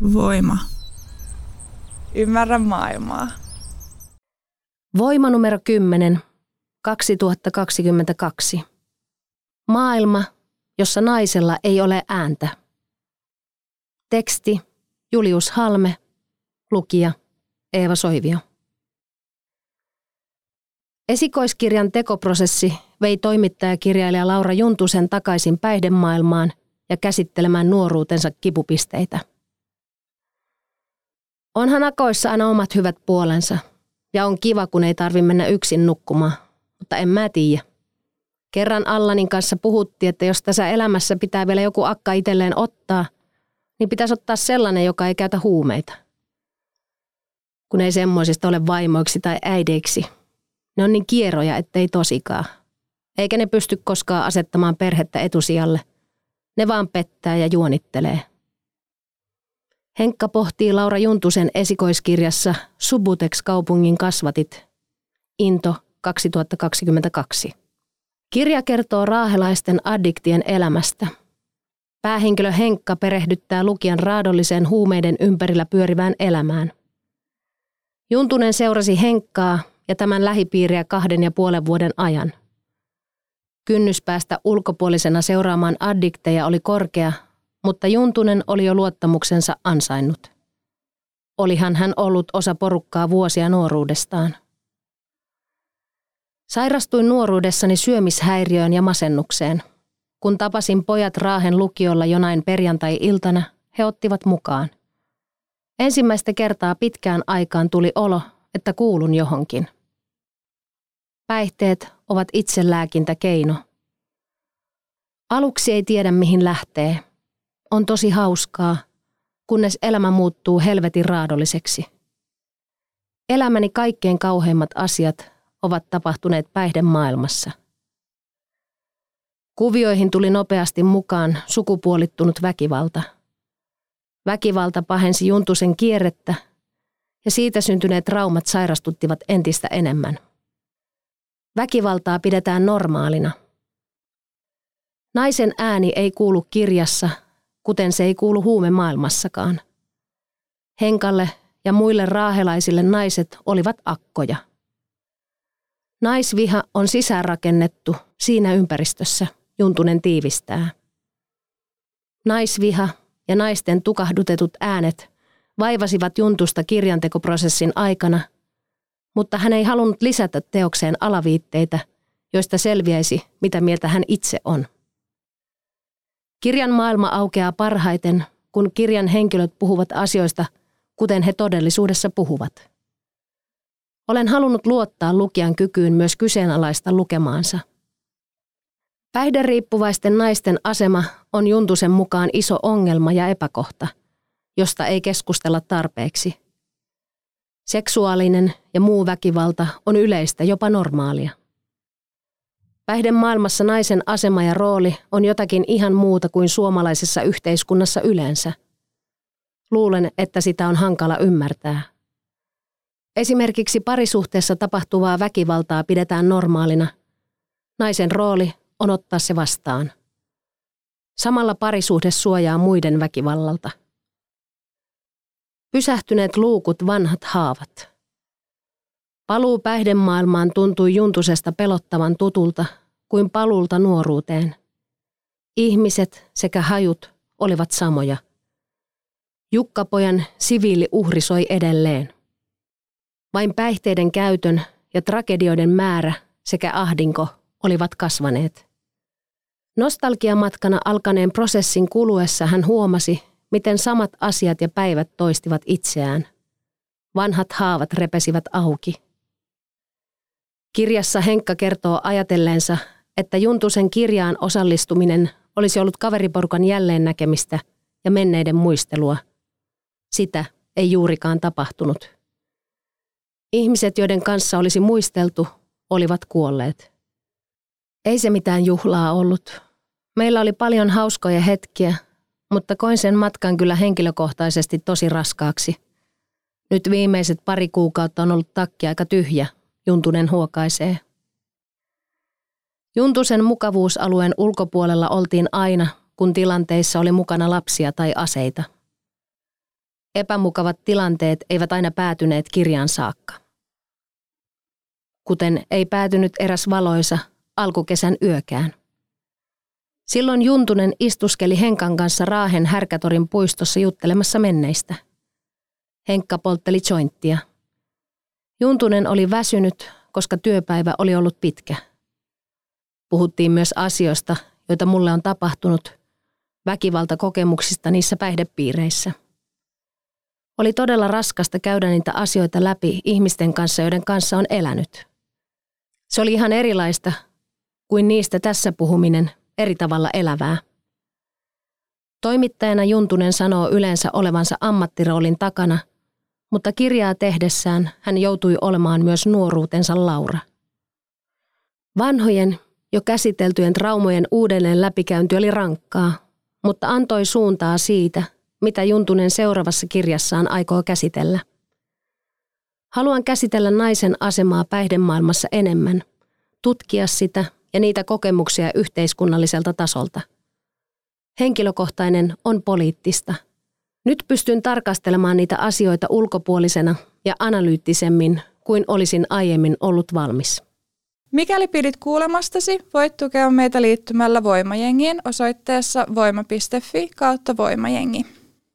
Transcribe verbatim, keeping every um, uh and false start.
Voima. Ymmärrä maailmaa. Voima numero kymmenen, kaksituhattakaksikymmentäkaksi. Maailma, jossa naisella ei ole ääntä. Teksti Julius Halme, lukija Eeva Soivio. Esikoiskirjan tekoprosessi vei toimittajakirjailija Laura Juntusen takaisin päihdemaailmaan ja käsittelemään nuoruutensa kipupisteitä. Onhan akoissa aina omat hyvät puolensa, ja on kiva, kun ei tarvi mennä yksin nukkumaan, mutta en mä tiedä. Kerran Allanin kanssa puhuttiin, että jos tässä elämässä pitää vielä joku akka itselleen ottaa, niin pitäisi ottaa sellainen, joka ei käytä huumeita. Kun ei semmoisista ole vaimoiksi tai äideiksi. Ne on niin kieroja, ettei tosikaan. Eikä ne pysty koskaan asettamaan perhettä etusijalle. Ne vaan pettää ja juonittelee. Henkka pohtii Laura Juntusen esikoiskirjassa Subutex-kaupungin kasvatit. Into kaksituhattakaksikymmentäkaksi. Kirja kertoo raahelaisten addiktien elämästä. Päähenkilö Henkka perehdyttää lukijan raadolliseen huumeiden ympärillä pyörivään elämään. Juntunen seurasi Henkkaa ja tämän lähipiiriä kahden ja puolen vuoden ajan. Kynnys päästä ulkopuolisena seuraamaan addikteja oli korkea, mutta Juntunen oli jo luottamuksensa ansainnut. Olihan hän ollut osa porukkaa vuosia nuoruudestaan. Sairastuin nuoruudessani syömishäiriöön ja masennukseen. Kun tapasin pojat Raahen lukiolla jonain perjantai-iltana, he ottivat mukaan. Ensimmäistä kertaa pitkään aikaan tuli olo, että kuulun johonkin. Päihteet ovat itselääkintäkeino. Aluksi ei tiedä mihin lähtee. On tosi hauskaa, kunnes elämä muuttuu helvetin raadolliseksi. Elämäni kaikkein kauheimmat asiat ovat tapahtuneet päihdemaailmassa. Kuvioihin tuli nopeasti mukaan sukupuolittunut väkivalta. Väkivalta pahensi Juntusen kierrettä ja siitä syntyneet traumat sairastuttivat entistä enemmän. Väkivaltaa pidetään normaalina. Naisen ääni ei kuulu kirjassa, kuten se ei kuulu huumemaailmassakaan. Henkalle ja muille raahelaisille naiset olivat akkoja. Naisviha on sisäänrakennettu siinä ympäristössä, Juntunen tiivistää. Naisviha ja naisten tukahdutetut äänet vaivasivat Juntusta kirjantekoprosessin aikana, mutta hän ei halunnut lisätä teokseen alaviitteitä, joista selviäisi, mitä mieltä hän itse on. Kirjan maailma aukeaa parhaiten, kun kirjan henkilöt puhuvat asioista, kuten he todellisuudessa puhuvat. Olen halunnut luottaa lukijan kykyyn myös kyseenalaista lukemaansa. Päihderiippuvaisten naisten asema on Juntusen mukaan iso ongelma ja epäkohta, josta ei keskustella tarpeeksi. Seksuaalinen ja muu väkivalta on yleistä, jopa normaalia. Päihdemaailmassa naisen asema ja rooli on jotakin ihan muuta kuin suomalaisessa yhteiskunnassa yleensä. Luulen, että sitä on hankala ymmärtää. Esimerkiksi parisuhteessa tapahtuvaa väkivaltaa pidetään normaalina. Naisen rooli on ottaa se vastaan. Samalla parisuhde suojaa muiden väkivallalta. Pysähtyneet luukut, vanhat haavat. Paluu päihdemaailmaan tuntui Juntusesta pelottavan tutulta kuin paluulta nuoruuteen. Ihmiset sekä hajut olivat samoja. Jukkapojan siviili uhri soi edelleen. Vain päihteiden käytön ja tragedioiden määrä sekä ahdinko olivat kasvaneet. Nostalgiamatkana alkaneen prosessin kuluessa hän huomasi, miten samat asiat ja päivät toistivat itseään. Vanhat haavat repesivät auki. Kirjassa Henkka kertoo ajatelleensa, että Juntusen kirjaan osallistuminen olisi ollut kaveriporukan jälleen näkemistä ja menneiden muistelua. Sitä ei juurikaan tapahtunut. Ihmiset, joiden kanssa olisi muisteltu, olivat kuolleet. Ei se mitään juhlaa ollut. Meillä oli paljon hauskoja hetkiä, mutta koin sen matkan kyllä henkilökohtaisesti tosi raskaaksi. Nyt viimeiset pari kuukautta on ollut takki aika tyhjä, Juntunen huokaisee. Juntusen mukavuusalueen ulkopuolella oltiin aina, kun tilanteissa oli mukana lapsia tai aseita. Epämukavat tilanteet eivät aina päätyneet kirjaan saakka. Kuten ei päätynyt eräs valoisa alkukesän yökään. Silloin Juntunen istuskeli Henkan kanssa Raahen Härkätorin puistossa juttelemassa menneistä. Henkka poltteli jointtia. Juntunen oli väsynyt, koska työpäivä oli ollut pitkä. Puhuttiin myös asioista, joita mulle on tapahtunut, väkivaltakokemuksista niissä päihdepiireissä. Oli todella raskasta käydä niitä asioita läpi ihmisten kanssa, joiden kanssa on elänyt. Se oli ihan erilaista kuin niistä tässä puhuminen, eri tavalla elävää. Toimittajana Juntunen sanoo yleensä olevansa ammattiroolin takana, mutta kirjaa tehdessään hän joutui olemaan myös nuoruutensa Laura. Vanhojen, jo käsiteltyjen traumojen uudelleen läpikäynti oli rankkaa, mutta antoi suuntaa siitä, mitä Juntunen seuraavassa kirjassaan aikoo käsitellä. Haluan käsitellä naisen asemaa päihdemaailmassa enemmän, tutkia sitä ja niitä kokemuksia yhteiskunnalliselta tasolta. Henkilökohtainen on poliittista. Nyt pystyn tarkastelemaan niitä asioita ulkopuolisena ja analyyttisemmin kuin olisin aiemmin ollut valmis. Mikäli pidit kuulemastasi, voit tukea meitä liittymällä Voimajengiin osoitteessa voima piste fi kautta voimajengi.